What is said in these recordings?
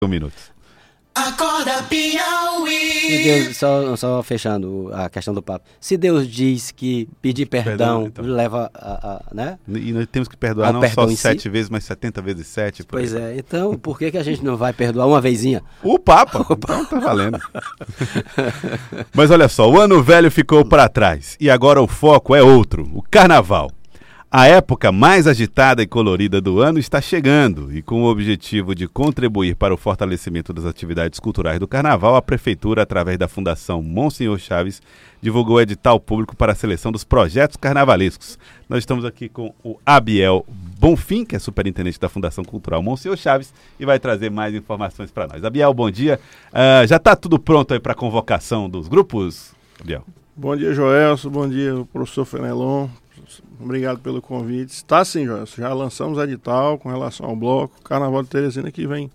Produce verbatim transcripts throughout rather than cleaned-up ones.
Um minuto. Acorda, Piauí. Se Deus, só, só fechando a questão do papo. Se Deus diz que pedir perdão, Perdão, então. leva a, a, né? E nós temos que perdoar Ao não perdão só em si? sete vezes, mas setenta vezes sete. por Pois aí. é, então por que, que a gente não vai perdoar uma vezinha? O Papa. Então tá valendo. Mas olha só, o ano velho ficou para trás e agora o foco é outro, o Carnaval. A época mais agitada e colorida do ano está chegando e com o objetivo de contribuir para o fortalecimento das atividades culturais do Carnaval, a Prefeitura, através da Fundação Monsenhor Chaves, divulgou o edital público para a seleção dos projetos carnavalescos. Nós estamos aqui com o Abiel Bonfim, que é superintendente da Fundação Cultural Monsenhor Chaves, e vai trazer mais informações para nós. Abiel, bom dia. Uh, já está tudo pronto aí para a convocação dos grupos, Abiel? Bom dia, Joelson. Bom dia, professor Fenelon. Obrigado pelo convite. Está sim, Joelson. Já lançamos edital com relação ao bloco. O Carnaval de Teresina que vem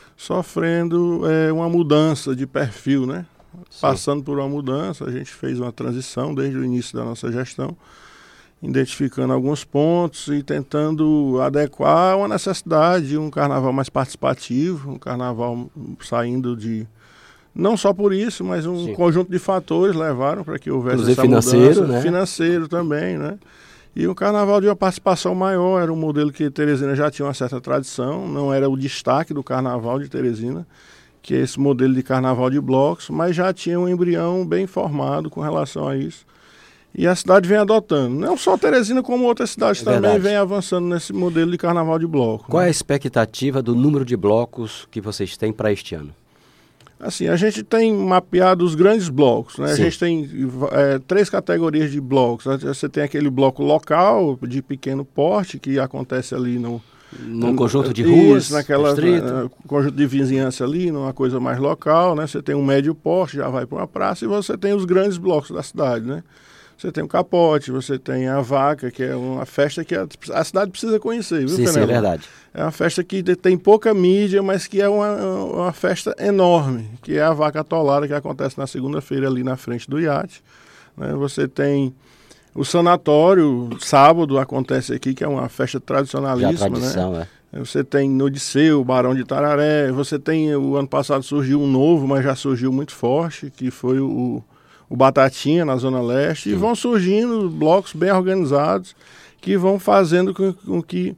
sofrendo é, uma mudança de perfil, né? Sim. Passando por uma mudança, a gente fez uma transição desde o início da nossa gestão, identificando alguns pontos e tentando adequar uma necessidade de um carnaval mais participativo, um carnaval saindo de... Não só por isso, mas um Sim. conjunto de fatores levaram para que houvesse Inclusive essa financeiro, mudança. Né? Financeiro também, né? E o carnaval de uma participação maior, era um modelo que Teresina já tinha uma certa tradição, não era o destaque do carnaval de Teresina, que é esse modelo de carnaval de blocos, mas já tinha um embrião bem formado com relação a isso. E a cidade vem adotando. Não só Teresina, como outras cidades é também verdade. Vem avançando nesse modelo de carnaval de bloco. Qual né? é a expectativa do número de blocos que vocês têm para este ano? Assim, a gente tem mapeado os grandes blocos, né? A gente tem é, três categorias de blocos. Você tem aquele bloco local, de pequeno porte, que acontece ali no... Num conjunto de ruas, isso, naquela na, conjunto de vizinhança ali, numa coisa mais local, né? Você tem um médio porte, já vai para uma praça, e você tem os grandes blocos da cidade, né? Você tem o Capote, você tem a Vaca, que é uma festa que a, a cidade precisa conhecer, viu, Sim, sim, é verdade. É uma festa que tem pouca mídia, mas que é uma, uma festa enorme, que é a Vaca Atolada, que acontece na segunda-feira ali na frente do iate. Né? Você tem o Sanatório, sábado acontece aqui, que é uma festa tradicionalíssima. Já tradição, né? é. Você tem no Disseu, Barão de Tararé, você tem, o ano passado surgiu um novo, mas já surgiu muito forte, que foi o... o Batatinha, na Zona Leste, Sim. e vão surgindo blocos bem organizados que vão fazendo com, com que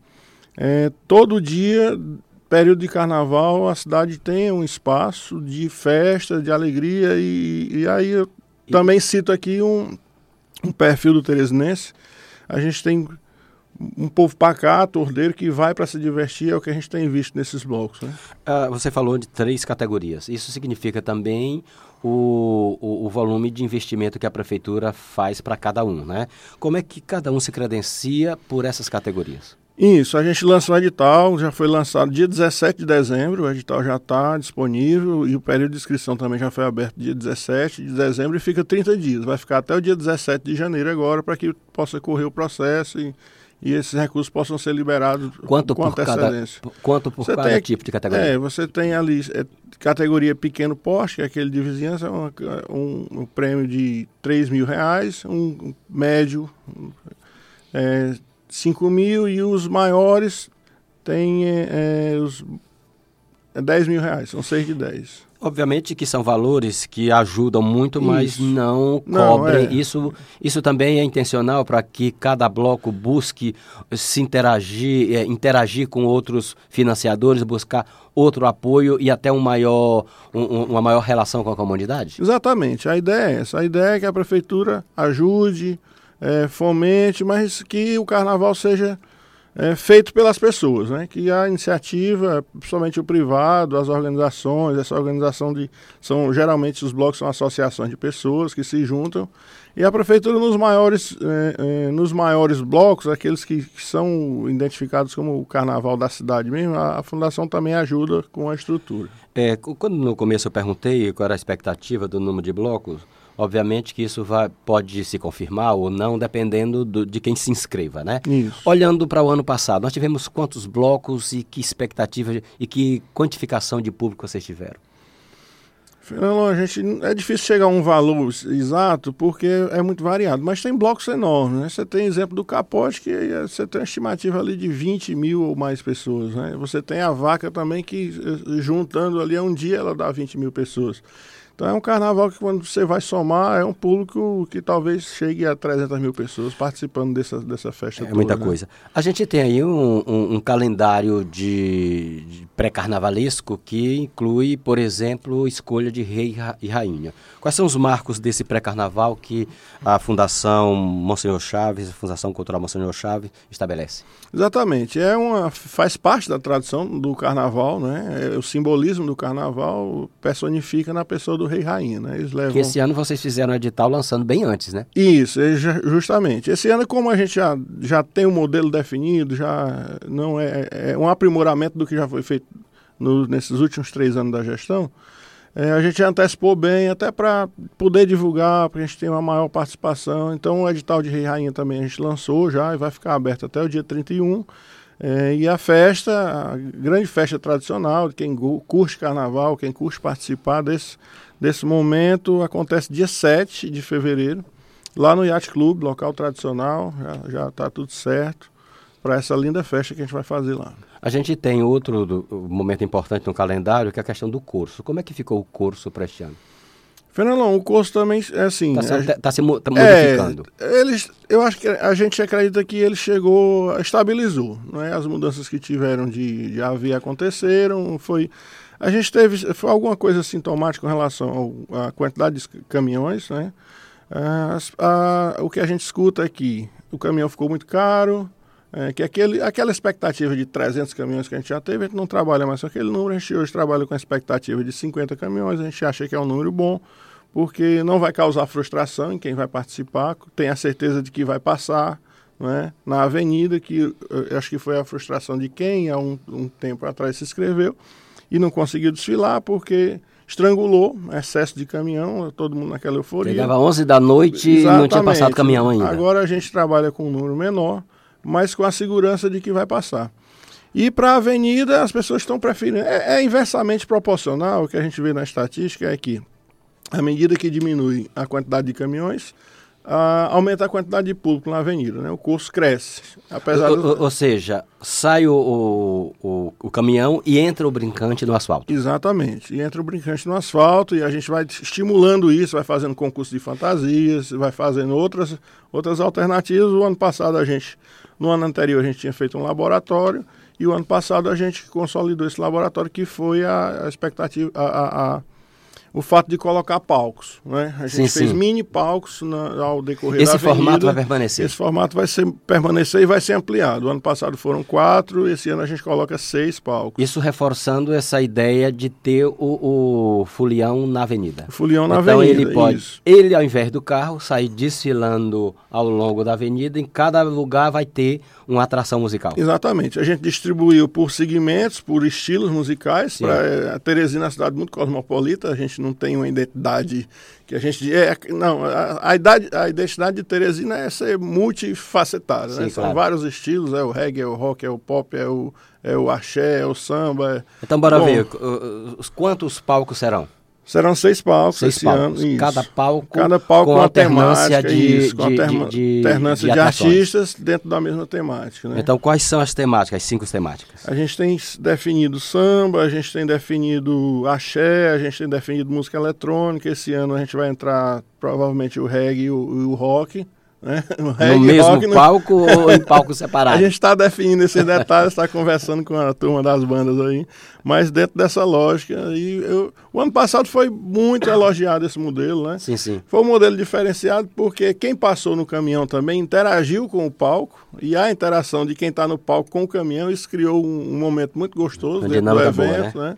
é, todo dia, período de carnaval, a cidade tenha um espaço de festa, de alegria, e, e aí eu e... também cito aqui um, um perfil do teresinense. A gente tem um povo pacato, ordeiro, que vai para se divertir, é o que a gente tem visto nesses blocos. Né? Uh, você falou de três categorias. Isso significa também o, o, o volume de investimento que a prefeitura faz para cada um, né? Como é que cada um se credencia por essas categorias? Isso, a gente lançou o edital, já foi lançado dia dezessete de dezembro, o edital já está disponível e o período de inscrição também já foi aberto dia dezessete de dezembro e fica trinta dias. Vai ficar até o dia dezessete de janeiro agora para que possa correr o processo e E esses recursos possam ser liberados quanto com por antecedência. Cada, quanto por você cada tem, tipo de categoria? É, você tem ali é, categoria pequeno porte, que é aquele de vizinhança, uma, um, um prêmio de três mil reais, um médio é, cinco mil e os maiores tem é, os é, dez mil reais, são seis de dez. Obviamente que são valores que ajudam muito, mas isso. não Não, cobrem. é. Isso, isso também é intencional para que cada bloco busque se interagir, é, interagir com outros financiadores, buscar outro apoio e até um maior, um, uma maior relação com a comunidade? Exatamente. A ideia é essa. A ideia é que a prefeitura ajude, é, fomente, mas que o carnaval seja... É, feito pelas pessoas, né? Que a iniciativa, principalmente o privado, as organizações, essa organização de... são geralmente os blocos são associações de pessoas que se juntam e a prefeitura nos maiores, é, é, nos maiores blocos, aqueles que, que são identificados como o carnaval da cidade mesmo, a, a fundação também ajuda com a estrutura. É, quando no começo eu perguntei qual era a expectativa do número de blocos, obviamente que isso vai, pode se confirmar ou não, dependendo do, de quem se inscreva, né? Isso. Olhando para o ano passado, nós tivemos quantos blocos e que expectativa e que quantificação de público vocês tiveram? Fernando, a gente, é difícil chegar a um valor exato porque é muito variado, mas tem blocos enormes, né? Você tem exemplo do Capote, que você tem uma estimativa ali de vinte mil ou mais pessoas, né? Você tem a Vaca também, que juntando ali um dia ela dá vinte mil pessoas. Então é um carnaval que quando você vai somar, é um público que talvez chegue a trezentas mil pessoas participando dessa, dessa festa É toda. muita né? coisa. A gente tem aí um, um, um calendário de, de pré-carnavalesco que inclui, por exemplo, escolha de rei e rainha. Quais são os marcos desse pré-carnaval que a Fundação Monsenhor Chaves, a Fundação Cultural Monsenhor Chaves, estabelece? Exatamente, é uma, faz parte da tradição do carnaval, né? É, o simbolismo do carnaval personifica na pessoa do rei e rainha, né? Eles levam... Que esse ano vocês fizeram um edital lançando bem antes, né? Isso, é ju- justamente. Esse ano, como a gente já, já tem o um modelo definido, já não é, é um aprimoramento do que já foi feito no, nesses últimos três anos da gestão, é, a gente antecipou bem, até para poder divulgar, para a gente ter uma maior participação. Então, o edital de Rei e Rainha também a gente lançou já e vai ficar aberto até o dia trinta e um. É, e a festa, a grande festa tradicional, de quem go- curte carnaval, quem curte participar desse, desse momento, acontece dia sete de fevereiro, lá no Yacht Club, local tradicional, já está tudo certo para essa linda festa que a gente vai fazer lá. A gente tem outro do, momento importante no calendário, que é a questão do curso. Como é que ficou o curso para este ano? Fernandão, o curso também é assim... Está se, a, tá se tá modificando. É, eles, eu acho que a gente acredita que ele chegou, estabilizou, né? As mudanças que tiveram de, de A V aconteceram, foi... A gente teve, foi alguma coisa sintomática com relação ao, à quantidade de caminhões, né? As, a, o que a gente escuta é que o caminhão ficou muito caro, é, que aquele, aquela expectativa de trezentos caminhões que a gente já teve, a gente não trabalha mais com aquele número, a gente hoje trabalha com a expectativa de cinquenta caminhões, a gente acha que é um número bom, porque não vai causar frustração em quem vai participar, tem a certeza de que vai passar, né, na avenida, que eu acho que foi a frustração de quem há um, um tempo atrás se inscreveu e não conseguiu desfilar porque estrangulou, excesso de caminhão, todo mundo naquela euforia. Chegava onze da noite e não tinha passado caminhão ainda. Agora a gente trabalha com um número menor, mas com a segurança de que vai passar. E para a avenida, as pessoas estão preferindo. É, é inversamente proporcional, o que a gente vê na estatística é que, à medida que diminui a quantidade de caminhões, a, aumenta a quantidade de público na avenida, né? O curso cresce. Apesar ou, do... ou, ou seja, sai o, o, o, o caminhão e entra o brincante no asfalto. Exatamente. E entra o brincante no asfalto e a gente vai estimulando isso, vai fazendo concurso de fantasias, vai fazendo outras, outras alternativas. O ano passado a gente, no ano anterior a gente tinha feito um laboratório e o ano passado a gente consolidou esse laboratório que foi a, a expectativa, a, a, a o fato de colocar palcos, né? A gente sim, fez sim. mini palcos na, ao decorrer esse da avenida. Esse formato vai permanecer? Esse formato vai ser, permanecer e vai ser ampliado. O ano passado foram quatro, esse ano a gente coloca seis palcos. Isso reforçando essa ideia de ter o, o folião na avenida. O folião na então avenida, ele pode, isso. ele ao invés do carro, sair desfilando ao longo da avenida, em cada lugar vai ter uma atração musical. Exatamente. A gente distribuiu por segmentos, por estilos musicais. Pra, a Teresina é uma cidade muito cosmopolita, a gente não tem uma identidade que a gente... É, não, a, a, idade, a identidade de Teresina é ser multifacetada, né? Sim, São claro. vários estilos, é o reggae, é o rock, é o pop, é o, é o axé, é o samba. É... Então bora Bom, ver, uh, os, quantos palcos serão? Serão seis palcos seis esse palcos. ano. Isso. Cada palco, Cada palco com com alternância temática, de, isso, com de, alterma- de, de, alternância de de atrações. artistas dentro da mesma temática. Né? Então quais são as temáticas, as cinco temáticas? A gente tem definido samba, a gente tem definido axé, a gente tem definido música eletrônica. Esse ano a gente vai entrar provavelmente o reggae e o, o rock. Né? O reggae, No mesmo rock, palco ou em palcos A separados? gente está definindo esses detalhes, está conversando com a turma das bandas aí, mas dentro dessa lógica. E eu, o ano passado foi muito elogiado esse modelo, né? Sim, sim. Foi um modelo diferenciado porque quem passou no caminhão também interagiu com o palco e a interação de quem está no palco com o caminhão, isso criou um, um momento muito gostoso Uma dentro do dinâmica boa, evento, né?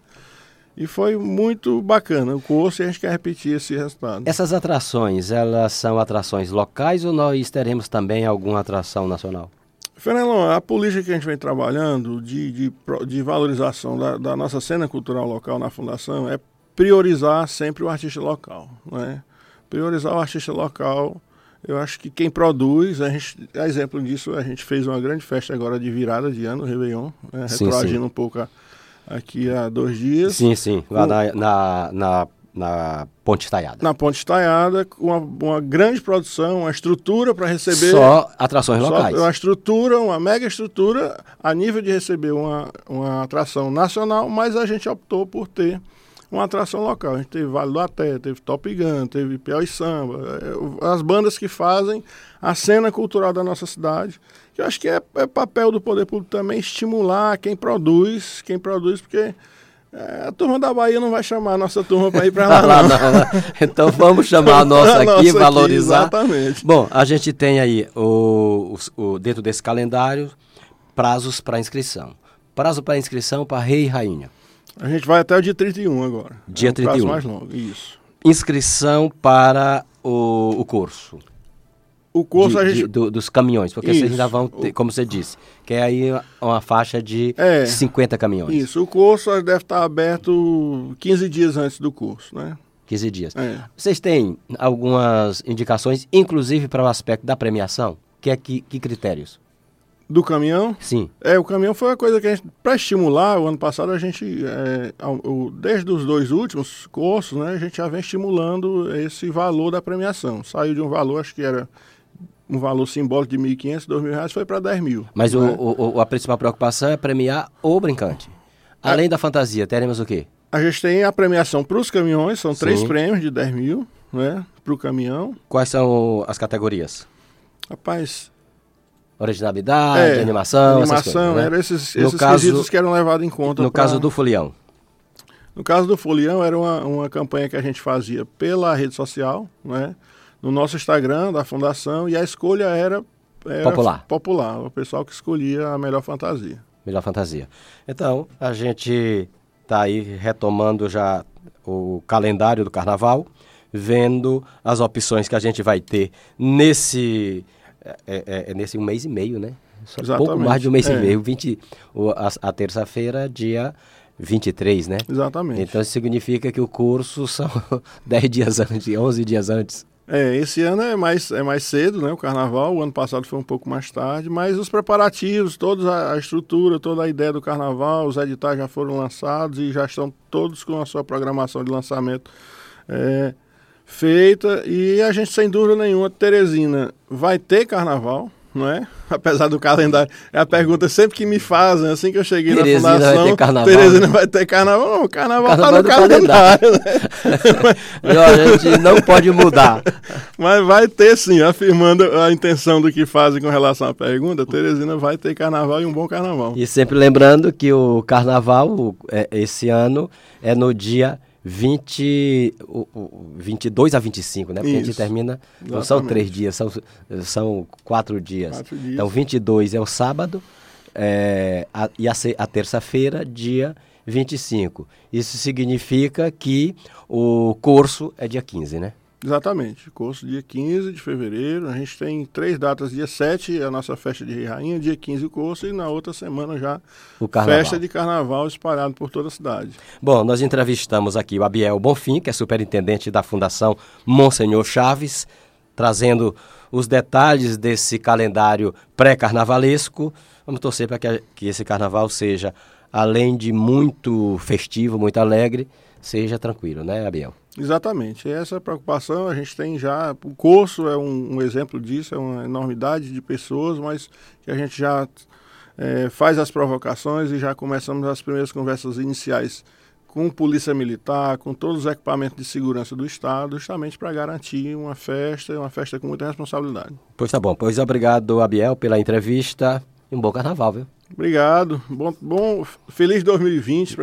E foi muito bacana o curso e a gente quer repetir esse resultado. Essas atrações, elas são atrações locais ou nós teremos também alguma atração nacional? Fernando, a política que a gente vem trabalhando de, de, de valorização da, da nossa cena cultural local na Fundação é priorizar sempre o artista local, né? Priorizar o artista local. Eu acho que quem produz, a gente, a exemplo disso, a gente fez uma grande festa agora de virada de ano, Réveillon, né? Sim, Retroagindo sim. um pouco a, aqui há dois dias. Sim, sim, lá na, na, na na Ponte Estaiada. Na Ponte Estaiada, com uma, uma grande produção, uma estrutura para receber... Só atrações só locais. Uma estrutura, uma mega estrutura a nível de receber uma, uma atração nacional, mas a gente optou por ter uma atração local. A gente teve Vale do Até, teve Top Gun, teve Piauí Samba, as bandas que fazem a cena cultural da nossa cidade. Que eu acho que é, é papel do poder público também estimular quem produz, quem produz, porque... É, a turma da Bahia não vai chamar a nossa turma para ir para lá, lá não. não, né? Então vamos chamar a nossa aqui, a nossa valorizar. Aqui, exatamente. Bom, a gente tem aí, o, o, o, dentro desse calendário, prazos para inscrição. Prazo para inscrição para Rei e Rainha. A gente vai até o dia trinta e um agora. Dia é um trinta e um. prazo mais longo, isso. Inscrição para o, o curso. O curso de, a gente... de, do, dos caminhões, porque Isso. vocês ainda vão ter, como você disse, que é aí uma faixa de É. cinquenta caminhões. Isso, o curso deve estar aberto quinze dias antes do curso, né? quinze dias. É. Vocês têm algumas indicações, inclusive para o aspecto da premiação? Que é que, que critérios? Do caminhão? Sim. É, o caminhão foi uma coisa que a gente, para estimular, o ano passado a gente, é, ao- o- desde os dois últimos cursos, né, a gente já vem estimulando esse valor da premiação. Saiu de um valor, acho que era um valor simbólico de mil e quinhentos, dois mil reais, foi para dez mil. Mas o, né? o- o- a principal preocupação é premiar o brincante. Além da fantasia, teremos o quê? A gente tem a premiação para os caminhões, são três Sim. prêmios de dez mil, né, para o caminhão. Quais são as categorias? Rapaz, Originalidade, É, animação, essas animação, coisas, né? eram esses, No esses caso- quesitos que eram levados em conta. No pra- caso do folião. No caso do Folião, era uma, uma campanha que a gente fazia pela rede social, né? No nosso Instagram da Fundação, e a escolha era, era Popular. popular, o pessoal que escolhia a melhor fantasia. Melhor fantasia. Então, a gente está aí retomando já o calendário do carnaval, vendo as opções que a gente vai ter nesse, é, é, é nesse um mês e meio, né? Só pouco Exatamente. mais de um mês É. e meio. vinte, o, a, a terça-feira, dia vinte e três, né? Exatamente. Então, isso significa que o curso são dez dias antes, onze dias antes. É, esse ano é mais, é mais cedo, né? O carnaval, o ano passado foi um pouco mais tarde, mas os preparativos, toda a, a estrutura, toda a ideia do carnaval, os editais já foram lançados e já estão todos com a sua programação de lançamento é, feita. E a gente, sem dúvida nenhuma, Teresina vai ter carnaval, não é? Apesar do calendário. É a pergunta sempre que me fazem, assim que eu cheguei Teresina na fundação. vai ter carnaval, Teresina né? vai ter carnaval. Não, o carnaval, Carnaval está do no calendário, né? E, ó, a gente não pode mudar. Mas vai ter sim, afirmando a intenção do que fazem com relação à pergunta, Teresina vai ter carnaval e um bom carnaval. E sempre lembrando que o carnaval, o- é, esse ano, é no dia vinte, o, o, vinte e dois a vinte e cinco, né? Porque a gente Isso. termina, não são Exatamente. três dias, são, são quatro dias. Quatro dias. Então, vinte e dois é o sábado, é, a, e a, se- a terça-feira, dia vinte e cinco. Isso significa que o curso é dia quinze, né? Exatamente, curso dia quinze de fevereiro, a gente tem três datas, dia sete a nossa festa de Rei e Rainha, dia quinze o curso e na outra semana já O carnaval. festa de carnaval espalhado por toda a cidade. Bom, nós entrevistamos aqui o Abiel Bonfim, que é superintendente da Fundação Monsenhor Chaves, trazendo os detalhes desse calendário pré-carnavalesco. Vamos torcer para que, a- que esse carnaval seja, além de muito festivo, muito alegre, seja tranquilo, né, Abiel? Exatamente, essa é a preocupação, a gente tem já, o curso é um, um exemplo disso, é uma enormidade de pessoas, mas que a gente já eh, faz as provocações e já começamos as primeiras conversas iniciais com polícia militar, com todos os equipamentos de segurança do Estado, justamente para garantir uma festa, uma festa com muita responsabilidade. Pois tá bom, pois obrigado, Abiel, pela entrevista e um bom carnaval, viu? Obrigado, bom, bom feliz dois mil e vinte.